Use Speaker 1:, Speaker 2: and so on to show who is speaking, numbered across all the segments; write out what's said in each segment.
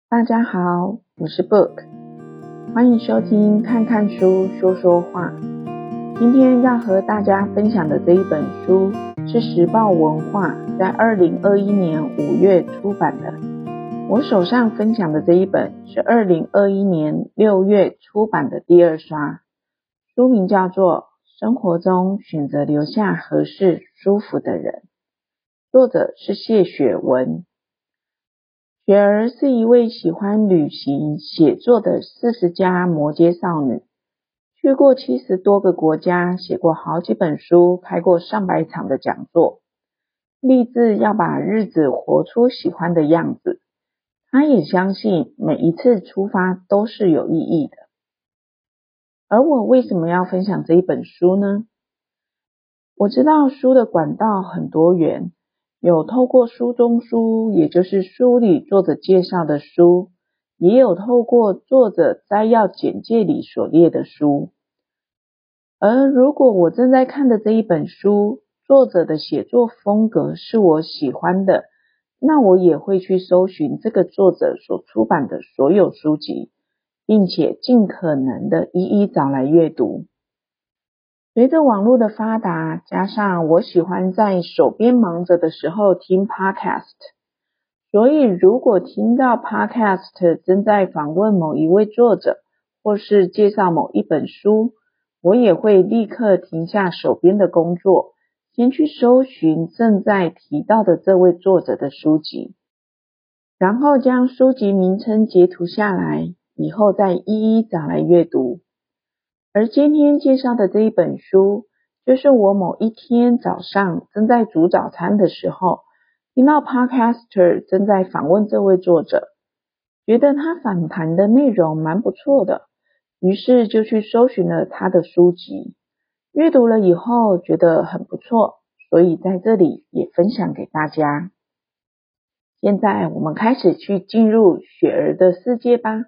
Speaker 1: 大家好，我是 Book， 欢迎收听看看书说说话。今天要和大家分享的这一本书是时报文化在2021年5月出版的。我手上分享的这一本是2021年6月出版的第二刷，书名叫做《生活中选择留下合适舒服的人》，作者是谢雪文。雪儿是一位喜欢旅行、写作的40加摩羯少女，去过70多个国家，写过好几本书，开过上百场的讲座，立志要把日子活出喜欢的样子。她也相信每一次出发都是有意义的。而我为什么要分享这一本书呢？我知道书的管道很多元，有透过书中书，也就是书里作者介绍的书，也有透过作者摘要简介里所列的书。而如果我正在看的这一本书，作者的写作风格是我喜欢的，那我也会去搜寻这个作者所出版的所有书籍，并且尽可能的一一找来阅读。随着网络的发达，加上我喜欢在手边忙着的时候听 podcast， 所以如果听到 podcast 正在访问某一位作者，或是介绍某一本书，我也会立刻停下手边的工作，先去搜寻正在提到的这位作者的书籍，然后将书籍名称截图下来，以后再一一找来阅读。而今天介绍的这一本书，就是我某一天早上正在煮早餐的时候，听到 podcaster 正在访问这位作者，觉得他访谈的内容蛮不错的，于是就去搜寻了他的书籍，阅读了以后觉得很不错，所以在这里也分享给大家。现在我们开始去进入雪儿的世界吧。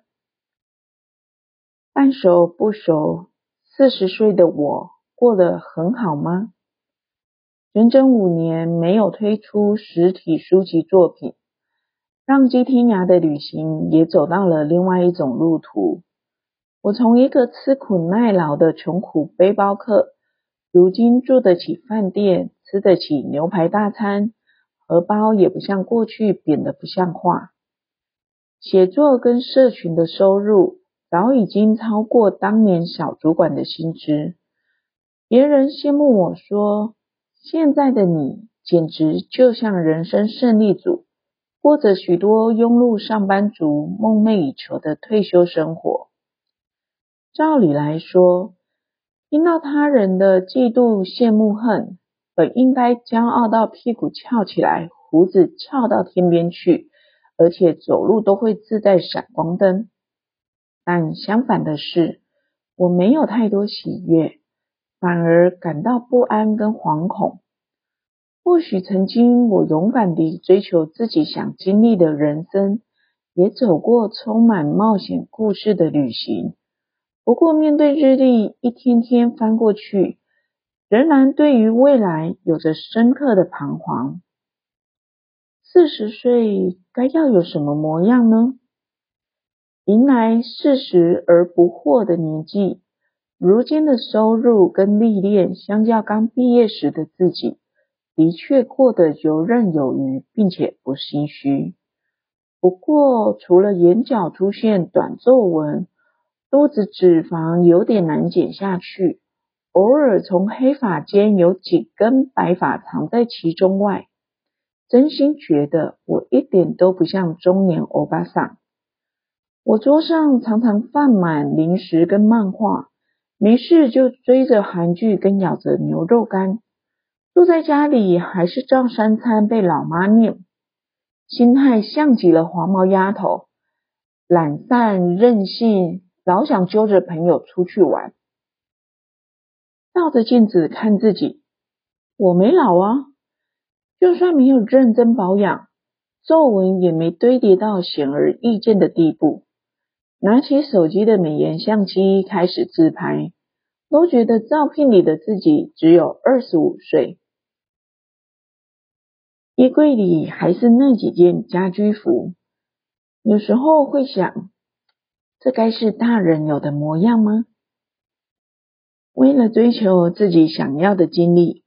Speaker 1: 半熟不熟，40岁的我过得很好吗？整整5年没有推出实体书籍作品，让基天涯的旅行也走到了另外一种路途。我从一个吃苦耐劳的穷苦背包客，如今住得起饭店，吃得起牛排大餐，荷包也不像过去扁得不像话。写作跟社群的收入早已经超过当年小主管的薪资。别人羡慕我说，现在的你简直就像人生胜利组，过着许多庸碌上班族梦寐以求的退休生活。照理来说，听到他人的嫉妒、羡慕、恨，本应该骄傲到屁股翘起来，胡子翘到天边去，而且走路都会自带闪光灯。但相反的是，我没有太多喜悦，反而感到不安跟惶恐。或许曾经我勇敢地追求自己想经历的人生，也走过充满冒险故事的旅行，不过面对日历一天天翻过去，仍然对于未来有着深刻的彷徨。40岁该要有什么模样呢？迎来40而不惑的年纪，如今的收入跟历练相较刚毕业时的自己，的确过得游刃有余，并且不心虚。不过除了眼角出现短皱纹，肚子脂肪有点难减下去，偶尔从黑发间有几根白发藏在其中外，真心觉得我一点都不像中年欧巴桑。我桌上常常放满零食跟漫画，没事就追着韩剧跟咬着牛肉干，住在家里还是照3餐被老妈念，心态像极了黄毛丫头，懒散任性，老想揪着朋友出去玩。照着镜子看自己，我没老啊，就算没有认真保养，皱纹也没堆叠到显而易见的地步。拿起手机的美颜相机开始自拍，都觉得照片里的自己只有25岁。衣柜里还是那几件家居服， 有时候会想，这该是大人有的模样吗？为了追求自己想要的经历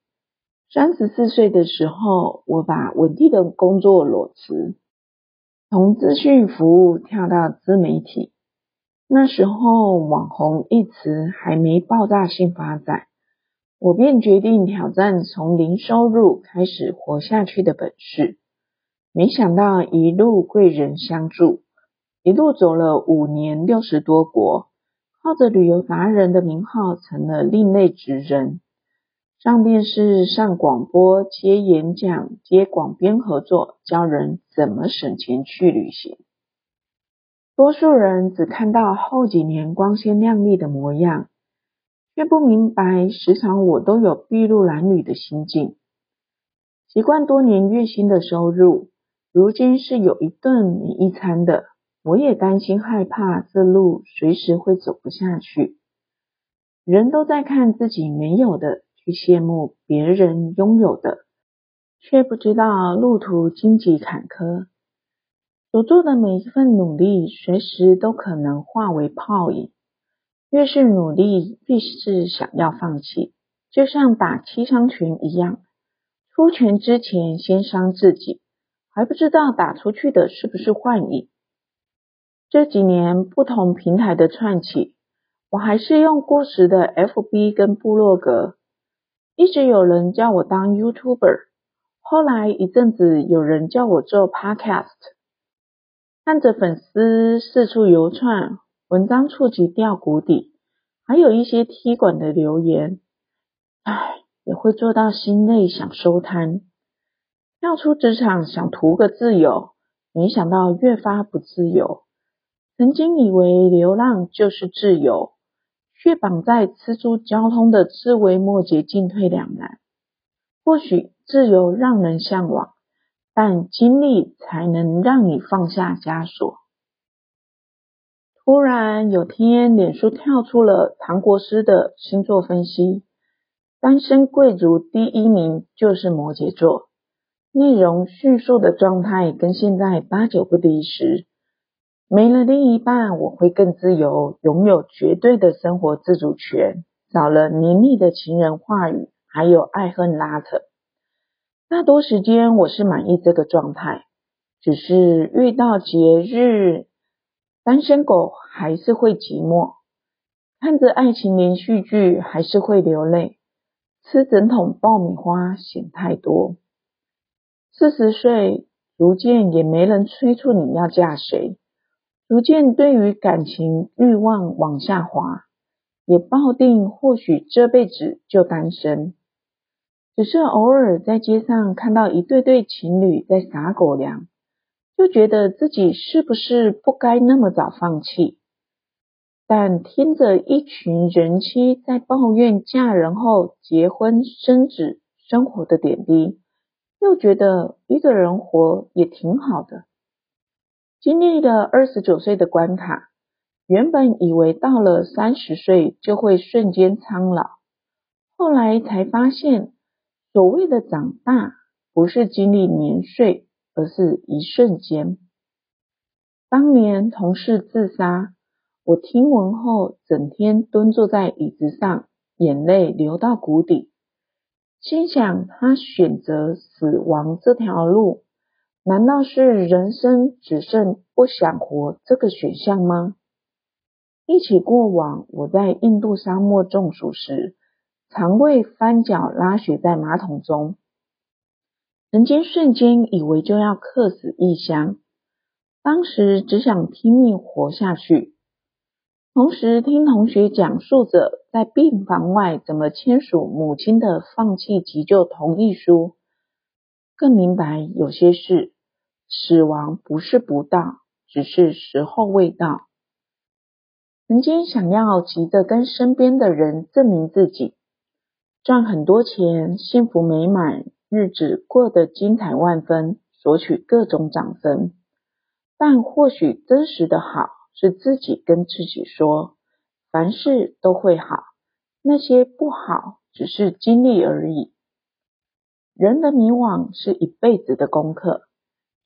Speaker 1: ，34岁的时候，我把稳定的工作裸辞，从资讯服务跳到自媒体。那时候网红一词还没爆炸性发展，我便决定挑战从零收入开始活下去的本事。没想到一路贵人相助，一路走了5年60多国，靠着旅游达人的名号成了另类职人，上电视、上广播、接演讲、接广编合作，教人怎么省钱去旅行。多数人只看到后几年光鲜亮丽的模样，却不明白时常我都有筚路蓝缕的心境。习惯多年月薪的收入，如今是有一顿没一餐的，我也担心害怕这路随时会走不下去。人都在看自己没有的，去羡慕别人拥有的，却不知道路途荆棘坎坷。所做的每一份努力，随时都可能化为泡影。越是努力，越是想要放弃，就像打七伤拳一样，出拳之前先伤自己，还不知道打出去的是不是幻影。这几年不同平台的串起，我还是用过时的 FB 跟部落格，一直有人叫我当 YouTuber， 后来一阵子有人叫我做 Podcast。看着粉丝四处游窜，文章触及掉谷底，还有一些踢馆的留言，也会做到心累想收摊。跳出职场想图个自由，没想到越发不自由。曾经以为流浪就是自由，却绑在吃住交通的枝微末节，进退两难。或许自由让人向往，但经历才能让你放下枷锁。突然有天，脸书跳出了唐国师的星座分析，单身贵族第1名就是摩羯座，内容叙述的状态跟现在8、9不离十。没了另一半，我会更自由，拥有绝对的生活自主权，少了黏腻的情人话语，还有爱恨拉扯。大多时间我是满意这个状态，只是遇到节日，单身狗还是会寂寞，看着爱情连续剧还是会流泪，吃整桶爆米花嫌太多。40岁，逐渐也没人催促你要嫁谁，逐渐对于感情欲望往下滑，也抱定或许这辈子就单身。只是偶尔在街上看到一对对情侣在撒狗粮，就觉得自己是不是不该那么早放弃。但听着一群人妻在抱怨嫁人后结婚生子生活的点滴，又觉得一个人活也挺好的。经历了29岁的关卡，原本以为到了30岁就会瞬间苍老，后来才发现所谓的长大，不是经历年岁，而是一瞬间。当年同事自杀，我听闻后整天蹲坐在椅子上，眼泪流到谷底，心想他选择死亡这条路，难道是人生只剩不想活这个选项吗？忆起过往我在印度沙漠中暑时，肠胃翻搅拉血在马桶中，曾经瞬间以为就要客死异乡，当时只想拼命活下去。同时听同学讲述着在病房外怎么签署母亲的放弃急救同意书，更明白有些事死亡不是不到，只是时候未到。曾经想要急着跟身边的人证明自己，赚很多钱，幸福美满，日子过得精彩万分，索取各种掌声。但或许真实的好，是自己跟自己说，凡事都会好，那些不好只是经历而已。人的迷惘是一辈子的功课，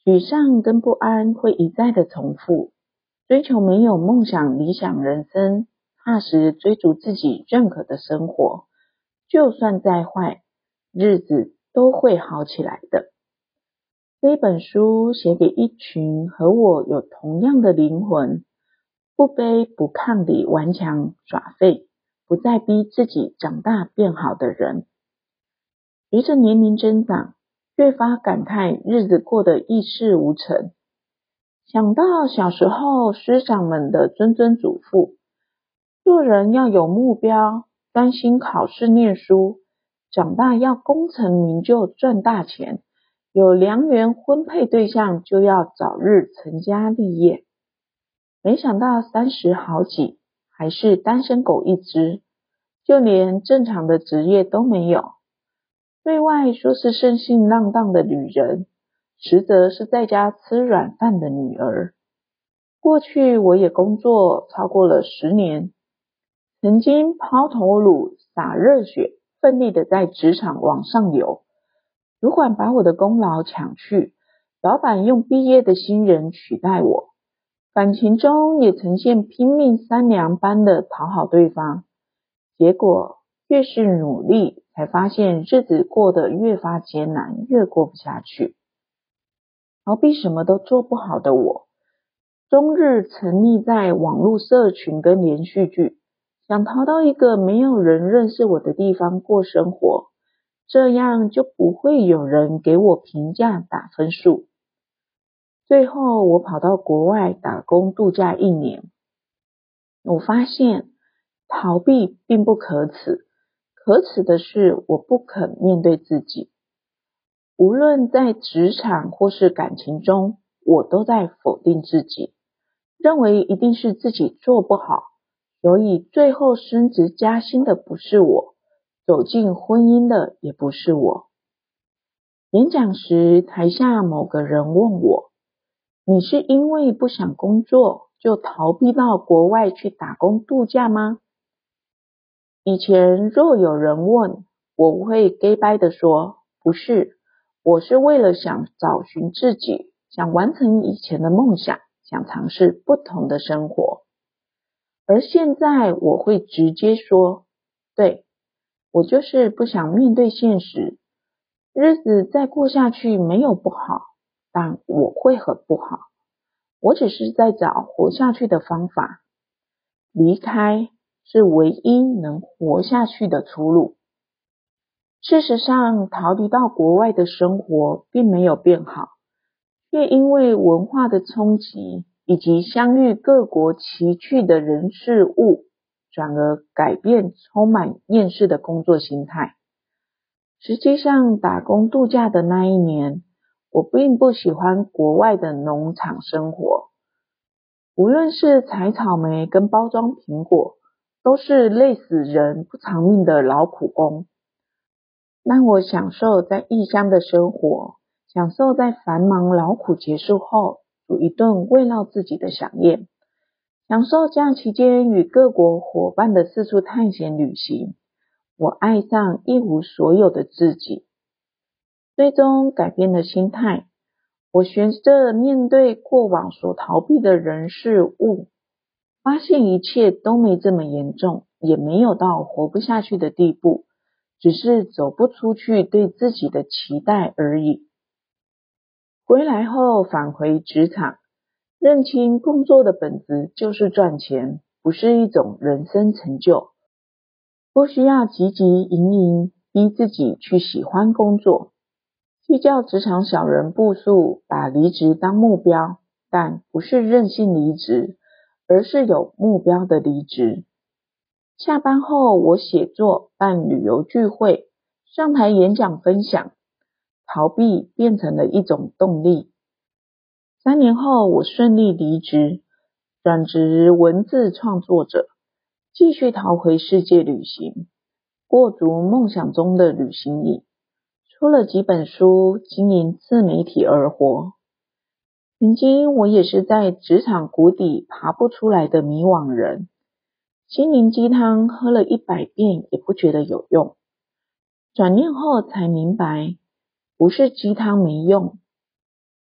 Speaker 1: 沮丧跟不安会一再的重复，追求没有梦想理想人生，踏实追逐自己认可的生活，就算再坏，日子都会好起来的。这本书写给一群和我有同样的灵魂，不卑不亢地顽强耍废，不再逼自己长大变好的人。随着年龄增长，越发感慨日子过得一事无成。想到小时候师长们的谆谆嘱咐，做人要有目标，专心考试念书，长大要功成名就赚大钱，有良缘婚配对象就要早日成家立业。没想到30好几，还是单身狗一只，就连正常的职业都没有。对外说是生性浪荡的女人，实则是在家吃软饭的女儿。过去我也工作超过了10年，曾经抛头颅洒热血，奋力的在职场往上游。主管把我的功劳抢去，老板用毕业的新人取代我，感情中也呈现拼命三娘般的讨好对方。结果越是努力，才发现日子过得越发艰难，越过不下去。逃避什么都做不好的我，终日沉溺在网络社群跟连续剧，想逃到一个没有人认识我的地方过生活，这样就不会有人给我评价打分数。最后我跑到国外打工度假1年，我发现逃避并不可耻，可耻的是我不肯面对自己。无论在职场或是感情中，我都在否定自己，认为一定是自己做不好，所以最后升职加薪的不是我，走进婚姻的也不是我。演讲时，台下某个人问我，你是因为不想工作，就逃避到国外去打工度假吗？以前若有人问，我会 gay 掰的说，不是，我是为了想找寻自己，想完成以前的梦想，想尝试不同的生活。而现在我会直接说，对，我就是不想面对现实，日子再过下去没有不好，但我会很不好。我只是在找活下去的方法，离开是唯一能活下去的出路。事实上，逃离到国外的生活并没有变好，却因为文化的冲击以及相遇各国奇趣的人事物，转而改变充满厌世的工作心态。实际上，打工度假的那1年，我并不喜欢国外的农场生活。无论是采草莓跟包装苹果，都是累死人不偿命的劳苦工。让我享受在异乡的生活，享受在繁忙劳苦结束后，煮一顿慰劳自己的飨宴，享受假期间与各国伙伴的四处探险旅行。我爱上一无所有的自己，最终改变了心态。我学着面对过往所逃避的人事物，发现一切都没这么严重，也没有到活不下去的地步，只是走不出去对自己的期待而已。归来后返回职场，认清工作的本质就是赚钱，不是一种人生成就。不需要汲汲营营，逼自己去喜欢工作。计较职场小人步数，把离职当目标，但不是任性离职，而是有目标的离职。下班后，我写作、办旅游聚会、上台演讲分享，逃避变成了一种动力。3年后，我顺利离职，转职文字创作者，继续逃回世界旅行，过足梦想中的旅行瘾。出了几本书，经营自媒体而活。曾经我也是在职场谷底爬不出来的迷惘人，心灵鸡汤喝了100遍也不觉得有用。转念后才明白，不是鸡汤没用，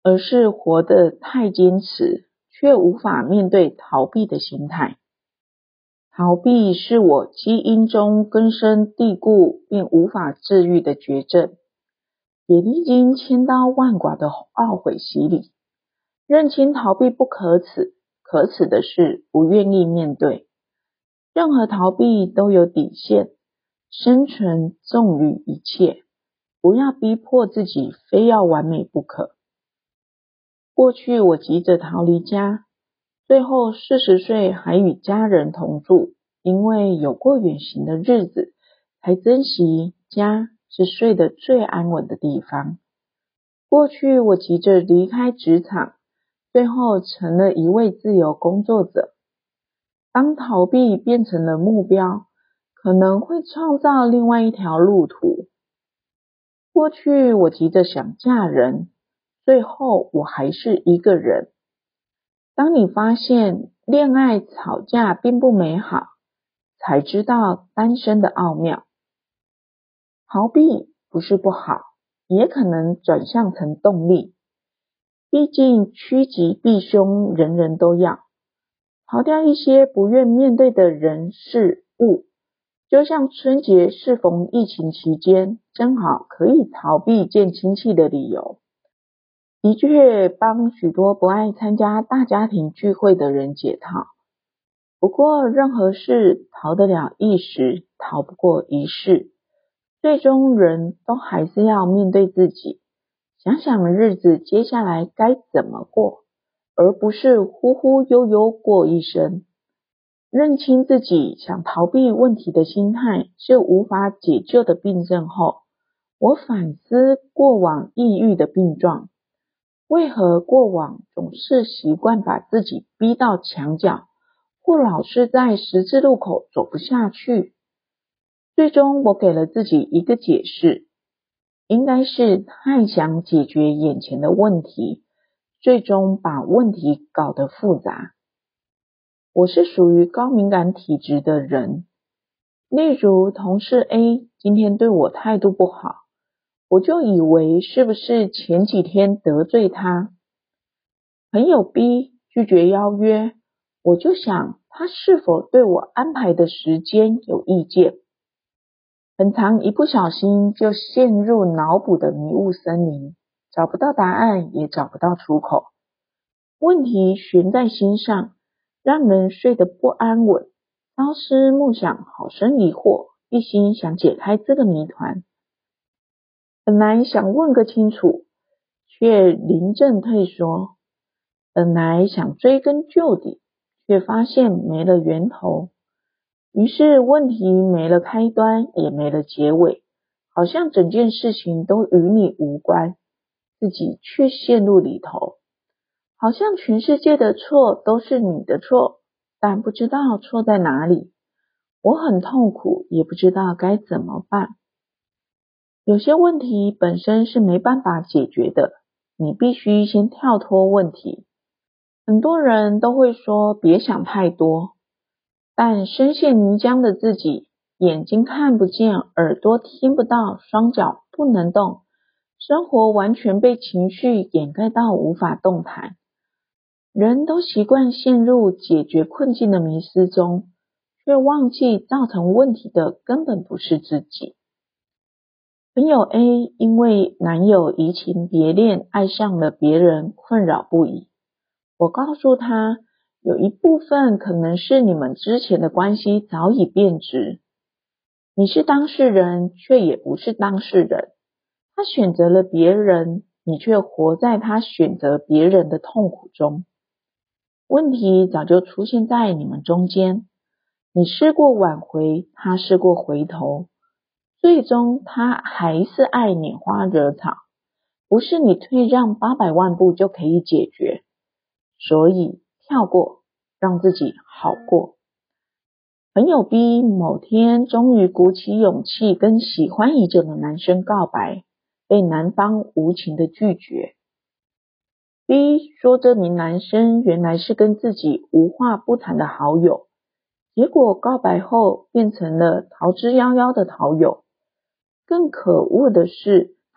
Speaker 1: 而是活得太坚持，却无法面对逃避的心态。逃避是我基因中根深蒂固并无法治愈的绝症，也历经千刀万剐的懊悔洗礼。认清逃避不可耻，可耻的是不愿意面对。任何逃避都有底线，生存重于一切，不要逼迫自己非要完美不可。过去我急着逃离家，最后40岁还与家人同住，因为有过远行的日子，才珍惜家是睡得最安稳的地方。过去我急着离开职场，最后成了一位自由工作者。当逃避变成了目标，可能会创造另外一条路途。过去我急着想嫁人，最后我还是一个人。当你发现恋爱吵架并不美好，才知道单身的奥妙。逃避不是不好，也可能转向成动力。毕竟趋吉避凶人人都要，逃掉一些不愿面对的人事物，就像春节适逢疫情期间，正好可以逃避见亲戚的理由，的确帮许多不爱参加大家庭聚会的人解套。不过任何事逃得了一时，逃不过一世，最终人都还是要面对自己，想想日子接下来该怎么过，而不是忽忽悠悠过一生。认清自己想逃避问题的心态是无法解救的病症后，我反思过往抑郁的病状，为何过往总是习惯把自己逼到墙角，或老是在十字路口走不下去。最终我给了自己一个解释，应该是太想解决眼前的问题，最终把问题搞得复杂。我是属于高敏感体质的人，例如同事 A 今天对我态度不好，我就以为是不是前几天得罪他。朋友 B 拒绝邀约，我就想他是否对我安排的时间有意见。很常一不小心就陷入脑补的迷雾森林，找不到答案，也找不到出口。问题悬在心上，让人睡得不安稳，朝思暮想，好生疑惑，一心想解开这个谜团。本来想问个清楚，却临阵退缩。本来想追根究底，却发现没了源头。于是问题没了开端，也没了结尾，好像整件事情都与你无关，自己却陷入里头。好像全世界的错都是你的错，但不知道错在哪里。我很痛苦，也不知道该怎么办。有些问题本身是没办法解决的，你必须先跳脱问题。很多人都会说别想太多，但深陷泥浆的自己，眼睛看不见，耳朵听不到，双脚不能动，生活完全被情绪掩盖到无法动弹。人都习惯陷入解决困境的迷思中，却忘记造成问题的根本不是自己。朋友 A 因为男友移情别恋，爱上了别人，困扰不已。我告诉他，有一部分可能是你们之前的关系早已变质。你是当事人，却也不是当事人。他选择了别人，你却活在他选择别人的痛苦中。问题早就出现在你们中间，你试过挽回，他试过回头，最终他还是爱拈花惹草，不是你退让800万步就可以解决。所以跳过，让自己好过。朋友 B 某天终于鼓起勇气跟喜欢已久的男生告白，被男方无情的拒绝。B 说这名男生原来是跟自己无话不谈的好友，结果告白后变成了逃之夭夭的好友。更可恶的是，他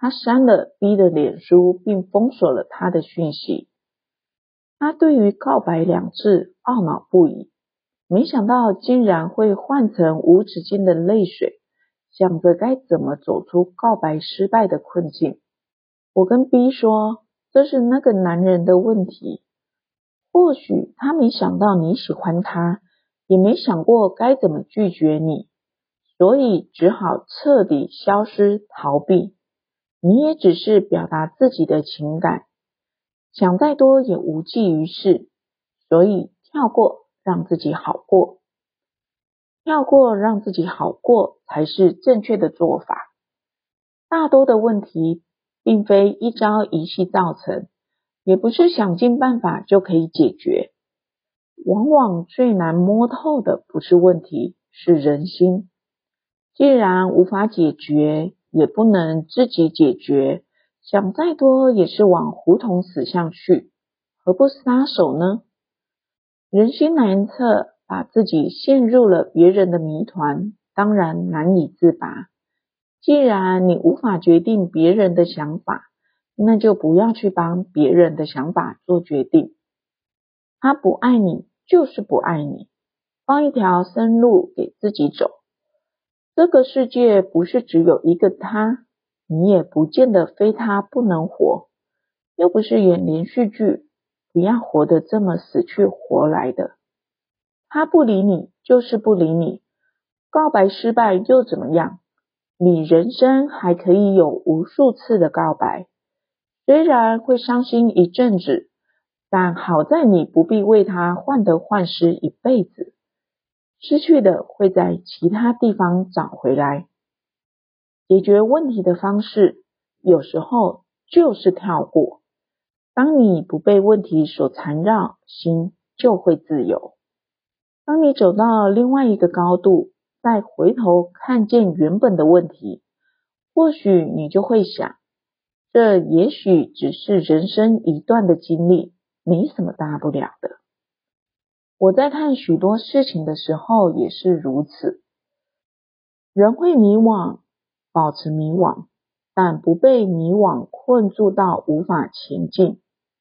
Speaker 1: 他删了 B 的脸书，并封锁了他的讯息。他对于告白两字懊恼不已，没想到竟然会换成无止境的泪水，想着该怎么走出告白失败的困境。我跟 B 说，这是那个男人的问题，或许他没想到你喜欢他，也没想过该怎么拒绝你，所以只好彻底消失逃避。你也只是表达自己的情感，想再多也无济于事，所以跳过，让自己好过。跳过让自己好过才是正确的做法。大多的问题并非一朝一夕造成，也不是想尽办法就可以解决。往往最难摸透的不是问题，是人心。既然无法解决，也不能自己解决，想再多也是往胡同死巷去，何不撒手呢？人心难测，把自己陷入了别人的谜团，当然难以自拔。既然你无法决定别人的想法，那就不要去帮别人的想法做决定。他不爱你，就是不爱你，放一条生路给自己走。这个世界不是只有一个他，你也不见得非他不能活，又不是演连续剧，不要活得这么死去活来的。他不理你就是不理你，告白失败又怎么样？你人生还可以有无数次的告白，虽然会伤心一阵子，但好在你不必为他患得患失一辈子。失去的会在其他地方找回来。解决问题的方式，有时候就是跳过。当你不被问题所缠绕，心就会自由。当你走到另外一个高度，再回头看见原本的问题，或许你就会想，这也许只是人生一段的经历，没什么大不了的。我在看许多事情的时候也是如此。人会迷惘，保持迷惘，但不被迷惘困住到无法前进。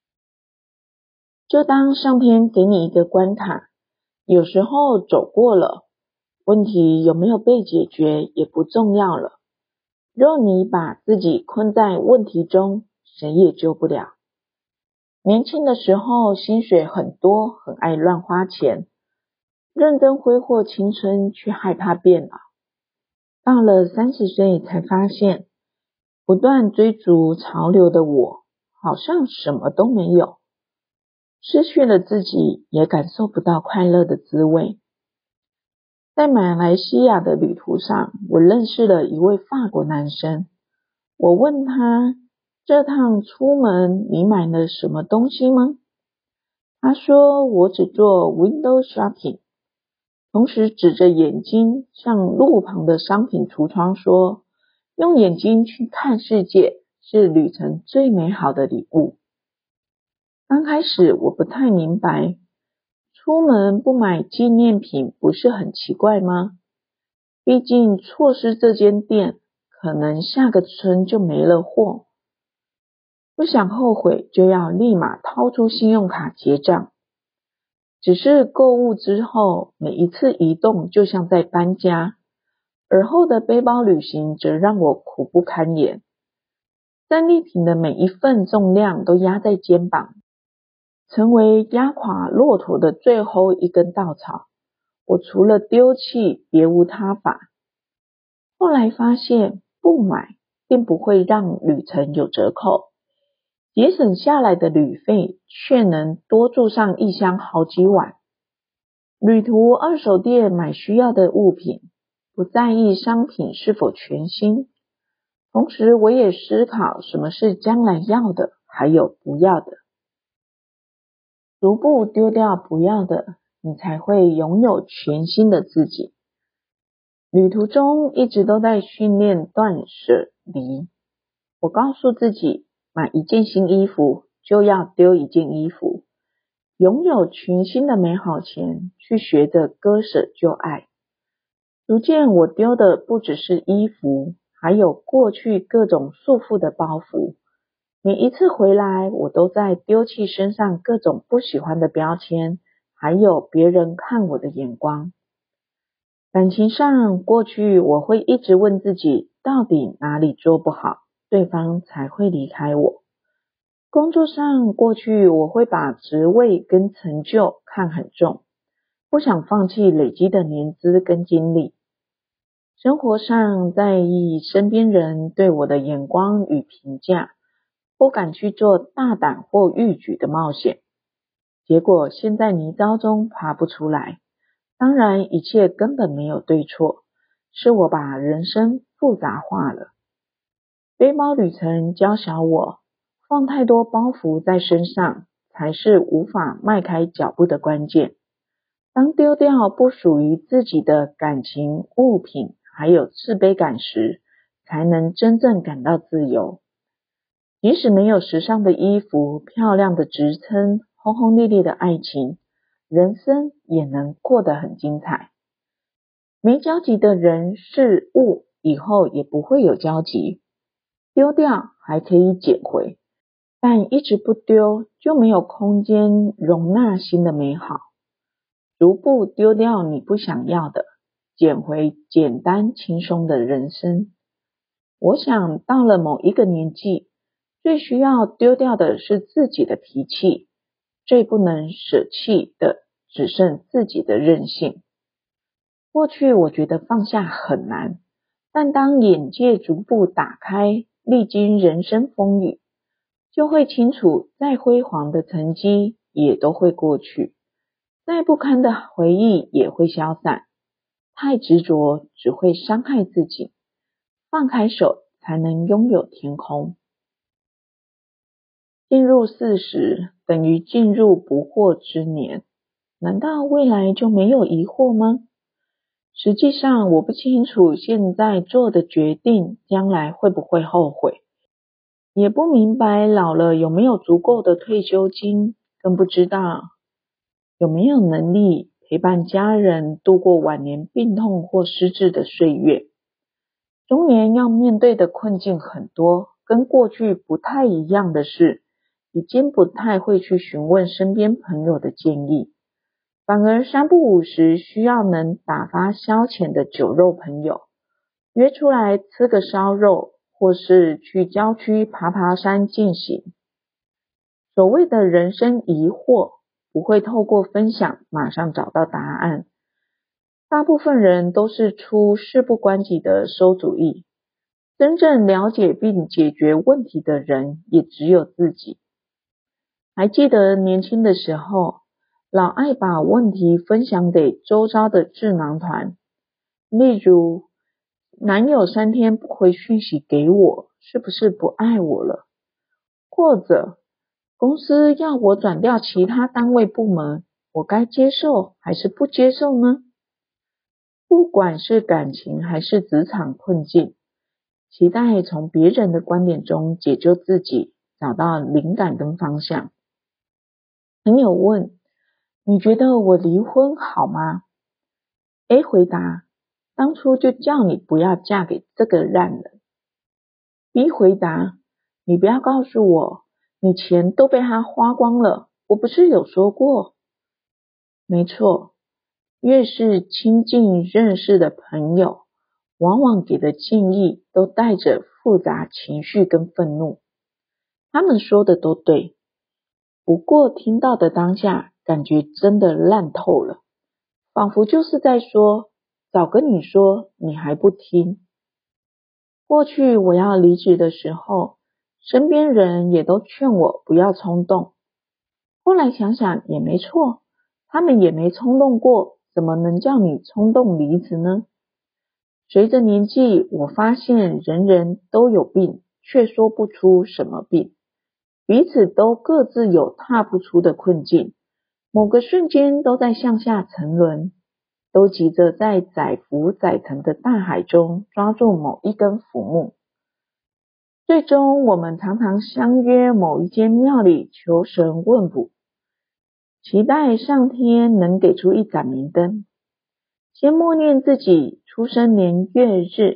Speaker 1: 就当上天给你一个关卡，有时候走过了，问题有没有被解决也不重要了。若你把自己困在问题中，谁也救不了。年轻的时候薪水很多，很爱乱花钱，认真挥霍青春，却害怕变老。到了30岁才发现，不断追逐潮流的我，好像什么都没有，失去了自己，也感受不到快乐的滋味。在马来西亚的旅途上，我认识了一位法国男生。我问他，这趟出门你买了什么东西吗？他说，我只做 window shopping， 同时指着眼睛向路旁的商品橱窗说，用眼睛去看世界是旅程最美好的礼物。刚开始我不太明白，出门不买纪念品不是很奇怪吗？毕竟错失这间店，可能下个村就没了货。不想后悔，就要立马掏出信用卡结账。只是购物之后，每一次移动就像在搬家，而后的背包旅行则让我苦不堪言。战利品的每一份重量都压在肩膀，成为压垮骆驼的最后一根稻草。我除了丢弃，别无他法。后来发现，不买并不会让旅程有折扣，节省下来的旅费却能多住上一箱好几晚。旅途二手店买需要的物品，不在意商品是否全新。同时我也思考什么是将来要的，还有不要的。逐步丢掉不要的，你才会拥有全新的自己。旅途中一直都在训练断舍离。我告诉自己，买一件新衣服就要丢一件衣服，拥有全新的美好前，去学着割舍旧爱。逐渐我丢的不只是衣服， 还有过去各种束缚的包袱。每一次回来，我都在丢弃身上各种不喜欢的标签，还有别人看我的眼光。感情上，过去我会一直问自己，到底哪里做不好，对方才会离开我。工作上，过去我会把职位跟成就看很重，不想放弃累积的年资跟经历。生活上，在意身边人对我的眼光与评价，不敢去做大胆或逾矩的冒险，结果陷在泥沼中爬不出来。当然，一切根本没有对错，是我把人生复杂化了。背包旅程教晓我，放太多包袱在身上，才是无法迈开脚步的关键。当丢掉不属于自己的感情、物品，还有自卑感时，才能真正感到自由。即使没有时尚的衣服、漂亮的职称、轰轰烈烈的爱情，人生也能过得很精彩。没交集的人事物，以后也不会有交集。丢掉还可以捡回，但一直不丢，就没有空间容纳新的美好。逐步丢掉你不想要的，捡回简单轻松的人生。我想到了某一个年纪，最需要丢掉的是自己的脾气，最不能舍弃的只剩自己的任性。过去我觉得放下很难，但当眼界逐步打开，历经人生风雨，就会清楚再辉煌的成绩也都会过去，再不堪的回忆也会消散。太执着只会伤害自己，放开手才能拥有天空。进入40等于进入不惑之年，难道未来就没有疑惑吗？实际上我不清楚现在做的决定将来会不会后悔，也不明白老了有没有足够的退休金，更不知道有没有能力陪伴家人度过晚年病痛或失智的岁月。中年要面对的困境很多，跟过去不太一样的是，已经不太会去询问身边朋友的建议，反而3不5时需要能打发消遣的酒肉朋友，约出来吃个烧肉，或是去郊区爬爬山健行。所谓的人生疑惑，不会透过分享马上找到答案，大部分人都是出事不关己的馊主意，真正了解并解决问题的人也只有自己。还记得年轻的时候，老爱把问题分享给周遭的智囊团，例如男友3天不回讯息给我，是不是不爱我了？或者公司要我转调其他单位部门，我该接受还是不接受呢？不管是感情还是职场困境，期待从别人的观点中解救自己，找到灵感跟方向。朋友问，你觉得我离婚好吗？ A 回答，当初就叫你不要嫁给这个烂人。 B 回答，你不要告诉我你钱都被他花光了，我不是有说过？没错，越是亲近认识的朋友，往往给的建议都带着复杂情绪跟愤怒。他们说的都对，不过听到的当下，感觉真的烂透了，仿佛就是在说，早跟你说，你还不听。过去我要离职的时候，身边人也都劝我不要冲动。后来想想也没错，他们也没冲动过，怎么能叫你冲动离职呢？随着年纪，我发现人人都有病，却说不出什么病，彼此都各自有踏不出的困境，某个瞬间都在向下沉沦，都急着在载浮载沉的大海中抓住某一根浮木。最终我们常常相约某一间庙里求神问卜，期待上天能给出一盏明灯，先默念自己出生年月日，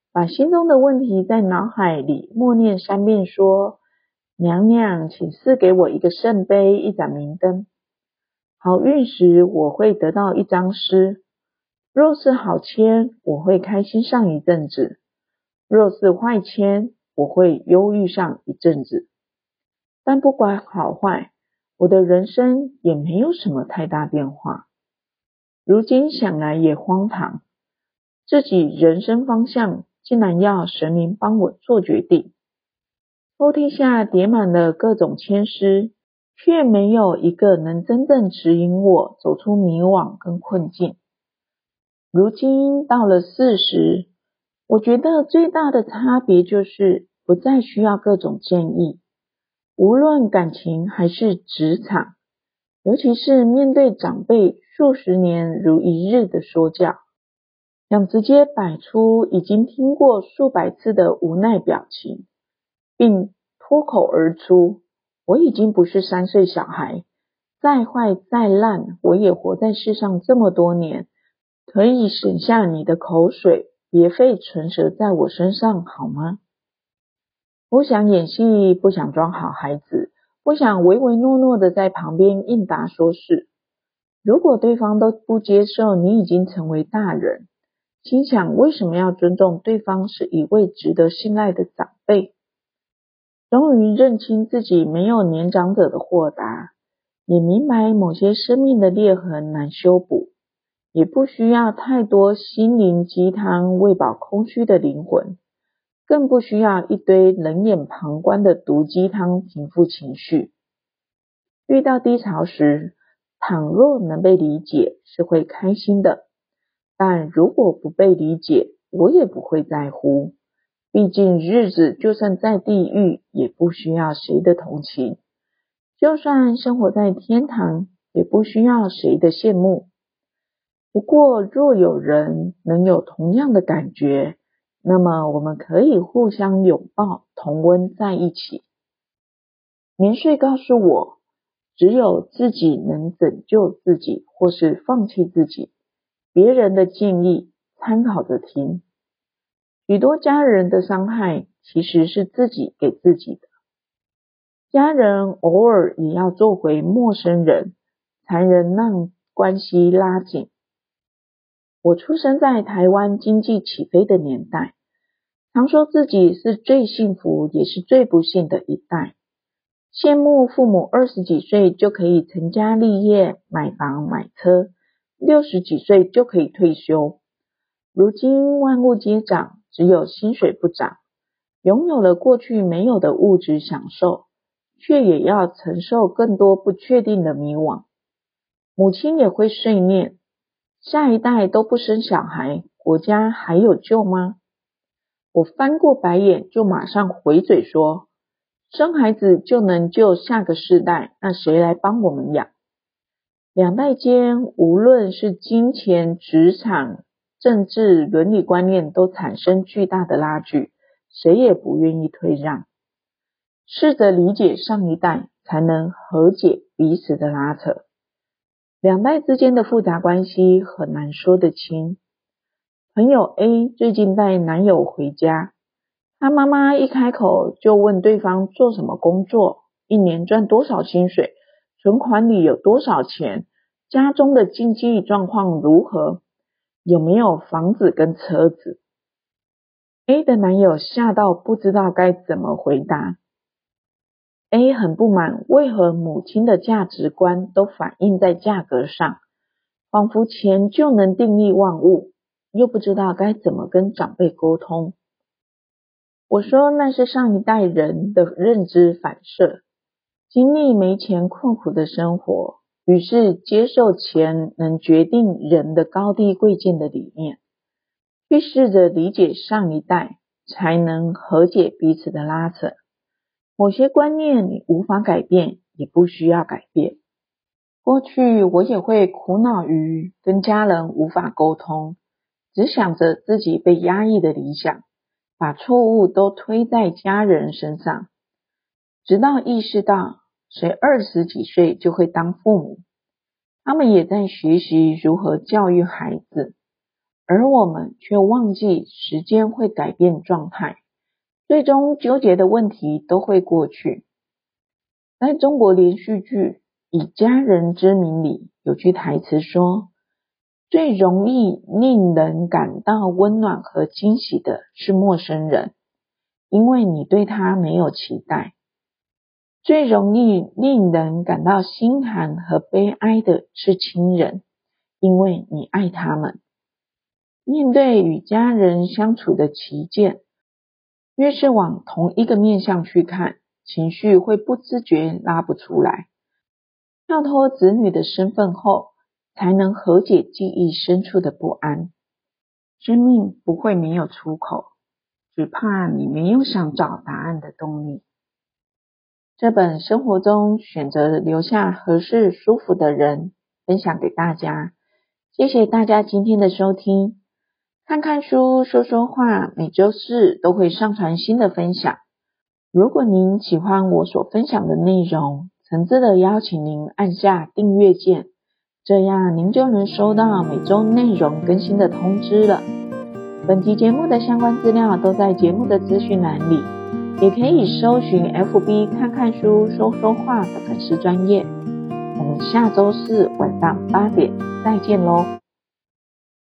Speaker 1: 把心中的问题在脑海里默念3遍说，娘娘请赐给我一个圣杯，一盏明灯。好运时我会得到一张诗，若是好签我会开心上一阵子，若是坏签我会忧郁上一阵子。但不管好坏，我的人生也没有什么太大变化。如今想来也荒唐，自己人生方向竟然要神明帮我做决定。抽屉下叠满了各种签诗，却没有一个能真正指引我走出迷惘跟困境。如今到了40，我觉得最大的差别就是不再需要各种建议，无论感情还是职场，尤其是面对长辈数十年如一日的说教，想直接摆出已经听过数百次的无奈表情，并脱口而出，我已经不是3岁小孩，再坏再烂，我也活在世上这么多年，可以省下你的口水，别费唇舌在我身上好吗？不想演戏，不想装好孩子，不想唯唯诺诺的在旁边应答说是。如果对方都不接受你已经成为大人，心想为什么要尊重对方是一位值得信赖的长辈？终于认清自己没有年长者的豁达，也明白某些生命的裂痕难修补，也不需要太多心灵鸡汤喂饱空虚的灵魂，更不需要一堆冷眼旁观的毒鸡汤平复情绪。遇到低潮时，倘若能被理解是会开心的，但如果不被理解，我也不会在乎。毕竟日子就算在地狱，也不需要谁的同情，就算生活在天堂，也不需要谁的羡慕。不过若有人能有同样的感觉，那么我们可以互相拥抱，同温在一起。年岁告诉我，只有自己能拯救自己，或是放弃自己，别人的建议参考着听。许多家人的伤害其实是自己给自己的，家人偶尔也要做回陌生人，才能让关系拉紧。我出生在台湾经济起飞的年代，常说自己是最幸福也是最不幸的一代，羡慕父母20几岁就可以成家立业，买房买车，60几岁就可以退休。如今万物皆涨，只有薪水不涨，拥有了过去没有的物质享受，却也要承受更多不确定的迷惘。母亲也会碎念，下一代都不生小孩，国家还有救吗？我翻过白眼就马上回嘴说，生孩子就能救下个世代，那谁来帮我们养？两代间无论是金钱、职场、政治、伦理观念都产生巨大的拉锯，谁也不愿意退让。试着理解上一代，才能和解彼此的拉扯。两代之间的复杂关系很难说得清。朋友 A 最近带男友回家，他妈妈一开口就问对方做什么工作，一年赚多少薪水，存款里有多少钱，家中的经济状况如何，有没有房子跟车子。A 的男友吓到不知道该怎么回答。A 很不满，为何母亲的价值观都反映在价格上，仿佛钱就能定义万物，又不知道该怎么跟长辈沟通。我说那是上一代人的认知反射，经历没钱困苦的生活，于是接受钱能决定人的高低贵贱的理念，去试着理解上一代，才能和解彼此的拉扯。某些观念你无法改变，也不需要改变。过去我也会苦恼于跟家人无法沟通，只想着自己被压抑的理想，把错误都推在家人身上。直到意识到，谁20几岁就会当父母，他们也在学习如何教育孩子， 而我们却忘记时间会改变状态，最终纠结的问题都会过去。在中国连续剧《以家人之名》里有句台词说，最容易令人感到温暖和惊喜的是陌生人，因为你对他没有期待。最容易令人感到心寒和悲哀的是亲人，因为你爱他们。面对与家人相处的歧见，越是往同一个面向去看，情绪会不自觉拉不出来。跳脱子女的身份后，才能和解记忆深处的不安。生命不会没有出口，只怕你没有想找答案的动力。这本生活中选择留下合适舒服的人，分享给大家。谢谢大家今天的收听。看看书，说说话，每周四都会上传新的分享。如果您喜欢我所分享的内容，诚挚的邀请您按下订阅键，这样您就能收到每周内容更新的通知了。本集节目的相关资料都在节目的资讯栏里，也可以搜寻 FB 看看书说说话的粉丝专页。我们下周四晚上8点再见咯。